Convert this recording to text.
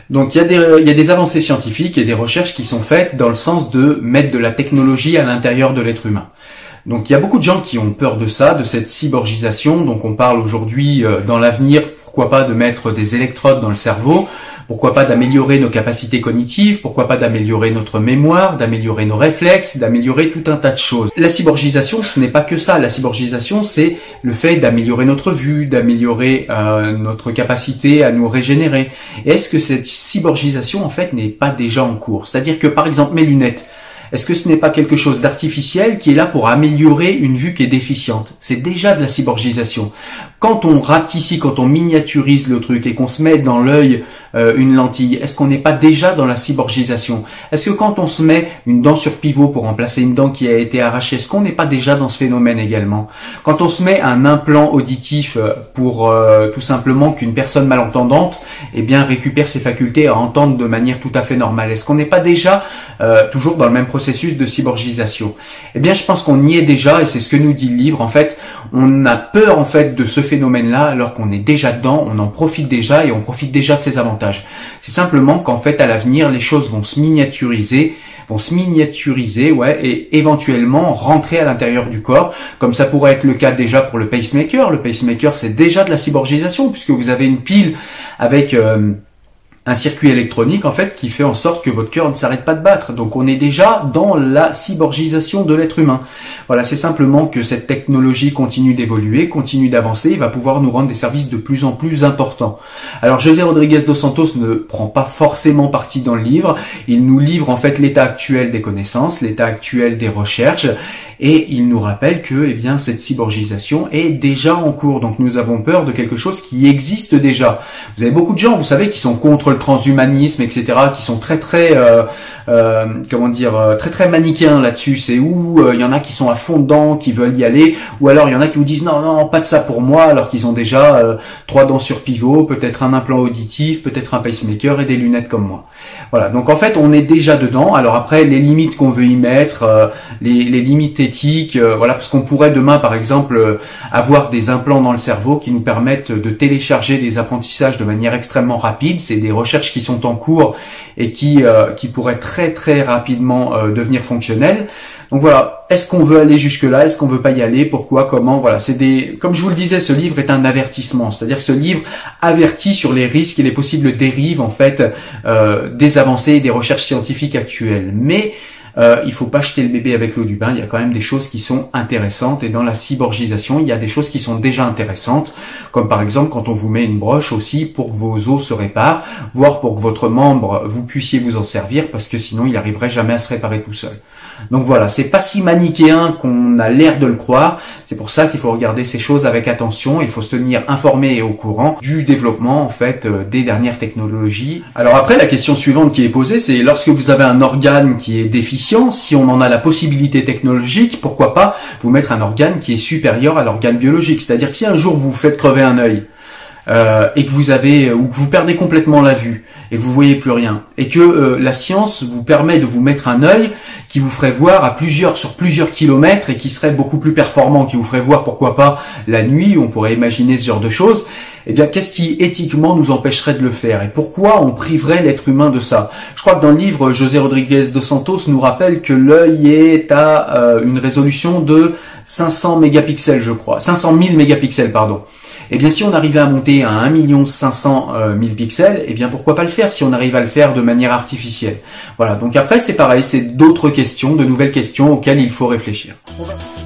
Donc il y a des avancées scientifiques et des recherches qui sont faites dans le sens de mettre de la technologie à l'intérieur de l'être humain. Donc il y a beaucoup de gens qui ont peur de ça, de cette cyborgisation. Donc on parle aujourd'hui dans l'avenir, pourquoi pas de mettre des électrodes dans le cerveau, pourquoi pas d'améliorer nos capacités cognitives, pourquoi pas d'améliorer notre mémoire, d'améliorer nos réflexes, d'améliorer tout un tas de choses. La cyborgisation, ce n'est pas que ça. La cyborgisation, c'est le fait d'améliorer notre vue, d'améliorer notre capacité à nous régénérer. Et est-ce que cette cyborgisation, en fait, n'est pas déjà en cours? C'est-à-dire que, par exemple, mes lunettes, est-ce que ce n'est pas quelque chose d'artificiel qui est là pour améliorer une vue qui est déficiente? C'est déjà de la cyborgisation. Quand on rapetissit, quand on miniaturise le truc et qu'on se met dans l'œil une lentille, est-ce qu'on n'est pas déjà dans la cyborgisation? Est-ce que quand on se met une dent sur pivot pour remplacer une dent qui a été arrachée, est-ce qu'on n'est pas déjà dans ce phénomène également? Quand on se met un implant auditif pour tout simplement qu'une personne malentendante récupère ses facultés à entendre de manière tout à fait normale, est-ce qu'on n'est pas déjà toujours dans le même processus de cyborgisation? Eh bien, je pense qu'on y est déjà, et c'est ce que nous dit le livre. En fait, on a peur en fait de ce phénomène-là, alors qu'on est déjà dedans, on en profite déjà et on profite déjà de ses avantages. C'est simplement qu'en fait, à l'avenir, les choses vont se miniaturiser, et éventuellement rentrer à l'intérieur du corps, comme ça pourrait être le cas déjà pour le pacemaker. Le pacemaker, c'est déjà de la cyborgisation, puisque vous avez une pile avec un circuit électronique en fait qui fait en sorte que votre cœur ne s'arrête pas de battre. Donc on est déjà dans la cyborgisation de l'être humain. Voilà, c'est simplement que cette technologie continue d'évoluer, continue d'avancer, et va pouvoir nous rendre des services de plus en plus importants. Alors José Rodrigues dos Santos ne prend pas forcément parti dans le livre, il nous livre en fait l'état actuel des connaissances, l'état actuel des recherches, et il nous rappelle que cette cyborgisation est déjà en cours. Donc nous avons peur de quelque chose qui existe déjà. Vous avez beaucoup de gens, vous savez, qui sont contre le transhumanisme, etc., qui sont très très manichéens là-dessus. C'est où il y en a qui sont à fond dedans, qui veulent y aller, ou alors il y en a qui vous disent non, pas de ça pour moi, alors qu'ils ont déjà 3 dents sur pivot, peut-être un implant auditif, peut-être un pacemaker et des lunettes comme moi. Voilà, donc en fait on est déjà dedans. Alors après, les limites qu'on veut y mettre, les limites éthiques, parce qu'on pourrait demain par exemple avoir des implants dans le cerveau qui nous permettent de télécharger des apprentissages de manière extrêmement rapide. C'est des recherches qui sont en cours et qui pourraient très très rapidement devenir fonctionnelles. Donc voilà, est-ce qu'on veut aller jusque-là? Est-ce qu'on veut pas y aller? Pourquoi? Comment? Voilà, comme je vous le disais, ce livre est un avertissement. C'est-à-dire que ce livre avertit sur les risques et les possibles dérives, en fait, des avancées et des recherches scientifiques actuelles. Mais il faut pas jeter le bébé avec l'eau du bain. Il y a quand même des choses qui sont intéressantes, et dans la cyborgisation, il y a des choses qui sont déjà intéressantes, comme par exemple quand on vous met une broche aussi pour que vos os se réparent, voire pour que votre membre, vous puissiez vous en servir, parce que sinon il n'arriverait jamais à se réparer tout seul. Donc voilà, c'est pas si manichéen qu'on a l'air de le croire. C'est pour ça qu'il faut regarder ces choses avec attention. Il faut se tenir informé et au courant du développement en fait des dernières technologies. Alors après, la question suivante qui est posée, c'est lorsque vous avez un organe qui est déficient, si on en a la possibilité technologique, pourquoi pas vous mettre un organe qui est supérieur à l'organe biologique? C'est-à-dire que si un jour vous vous faites crever un œil, et que vous perdez complètement la vue et que vous voyez plus rien, et que la science vous permet de vous mettre un œil qui vous ferait voir sur plusieurs kilomètres et qui serait beaucoup plus performant, qui vous ferait voir pourquoi pas la nuit, on pourrait imaginer ce genre de choses. Eh bien, qu'est-ce qui éthiquement nous empêcherait de le faire, et pourquoi on priverait l'être humain de ça? Je crois que dans le livre, José Rodrigues dos Santos nous rappelle que l'œil est à une résolution de 500 mégapixels, je crois, 500 000 mégapixels, pardon. Eh bien, si on arrivait à monter à 1 500 000 pixels, eh bien, pourquoi pas le faire si on arrive à le faire de manière artificielle? Voilà. Donc après, c'est pareil, c'est d'autres questions, de nouvelles questions auxquelles il faut réfléchir.